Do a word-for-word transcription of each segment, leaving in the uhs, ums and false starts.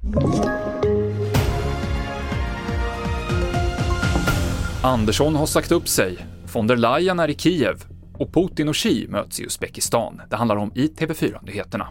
Andersson har sagt upp sig, von der Leyen är i Kiev och Putin och Xi möts i Uzbekistan. Det handlar om i T V fyra-nyheterna.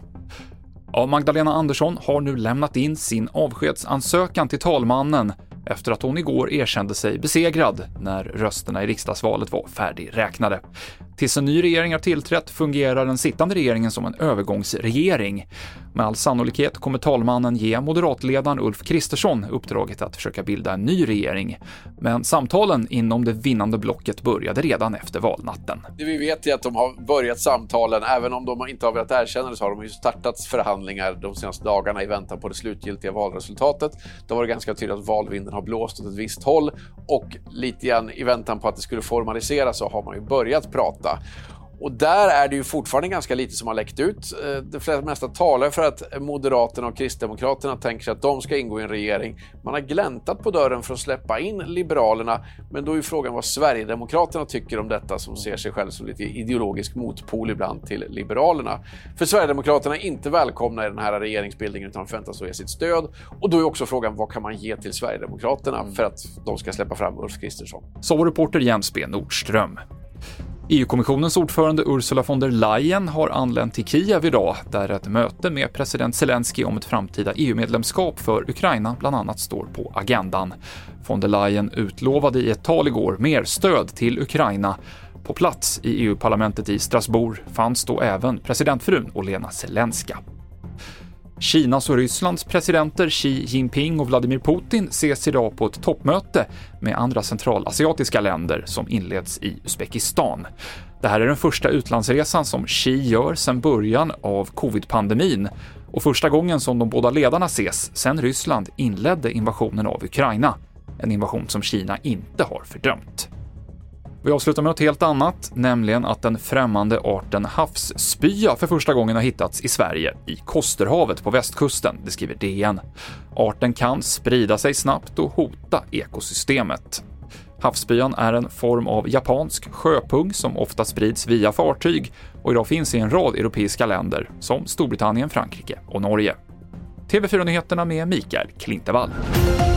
Ja, Magdalena Andersson har nu lämnat in sin avskedsansökan till talmannen efter att hon igår erkände sig besegrad när rösterna i riksdagsvalet var färdigräknade. Tills en ny regering har tillträtt fungerar den sittande regeringen som en övergångsregering. Med all sannolikhet kommer talmannen ge moderatledaren Ulf Kristersson uppdraget att försöka bilda en ny regering. Men samtalen inom det vinnande blocket började redan efter valnatten. Det vi vet är att de har börjat samtalen, även om de inte har velat erkänna det, så har de ju startat förhandlingar de senaste dagarna i väntan på det slutgiltiga valresultatet. Det var ganska tydligt att valvinden har blåst åt ett visst håll, och lite grann i väntan på att det skulle formaliseras så har man ju börjat prata. Och där är det ju fortfarande ganska lite som har läckt ut. Det flesta mesta talar för att Moderaterna och Kristdemokraterna tänker sig att de ska ingå i en regering. Man har gläntat på dörren för att släppa in Liberalerna, men då är frågan vad Sverigedemokraterna tycker om detta, som ser sig själv som lite ideologisk motpol ibland till Liberalerna. För Sverigedemokraterna är inte välkomna i den här regeringsbildningen utan förväntas att ge sitt stöd. Och då är också frågan, vad kan man ge till Sverigedemokraterna för att de ska släppa fram Ulf Kristersson? Så reporter Jens B. Nordström. E U-kommissionens ordförande Ursula von der Leyen har anlänt till Kiev idag, där ett möte med president Zelensky om ett framtida E U-medlemskap för Ukraina bland annat står på agendan. Von der Leyen utlovade i ett tal igår mer stöd till Ukraina. På plats i E U-parlamentet i Strasbourg fanns då även presidentfrun Olena Zelenska. Kinas och Rysslands presidenter Xi Jinping och Vladimir Putin ses idag på ett toppmöte med andra centralasiatiska länder som inleds i Uzbekistan. Det här är den första utlandsresan som Xi gör sedan början av covid-pandemin och första gången som de båda ledarna ses sedan Ryssland inledde invasionen av Ukraina. En invasion som Kina inte har fördömt. Vi avslutar med något helt annat, nämligen att den främmande arten havsspya för första gången har hittats i Sverige, i Kosterhavet på västkusten, det skriver D N. Arten kan sprida sig snabbt och hota ekosystemet. Havsspyan är en form av japansk sjöpung som ofta sprids via fartyg och idag finns i en rad europeiska länder som Storbritannien, Frankrike och Norge. T V fyra-nyheterna med Mikael Klintevall.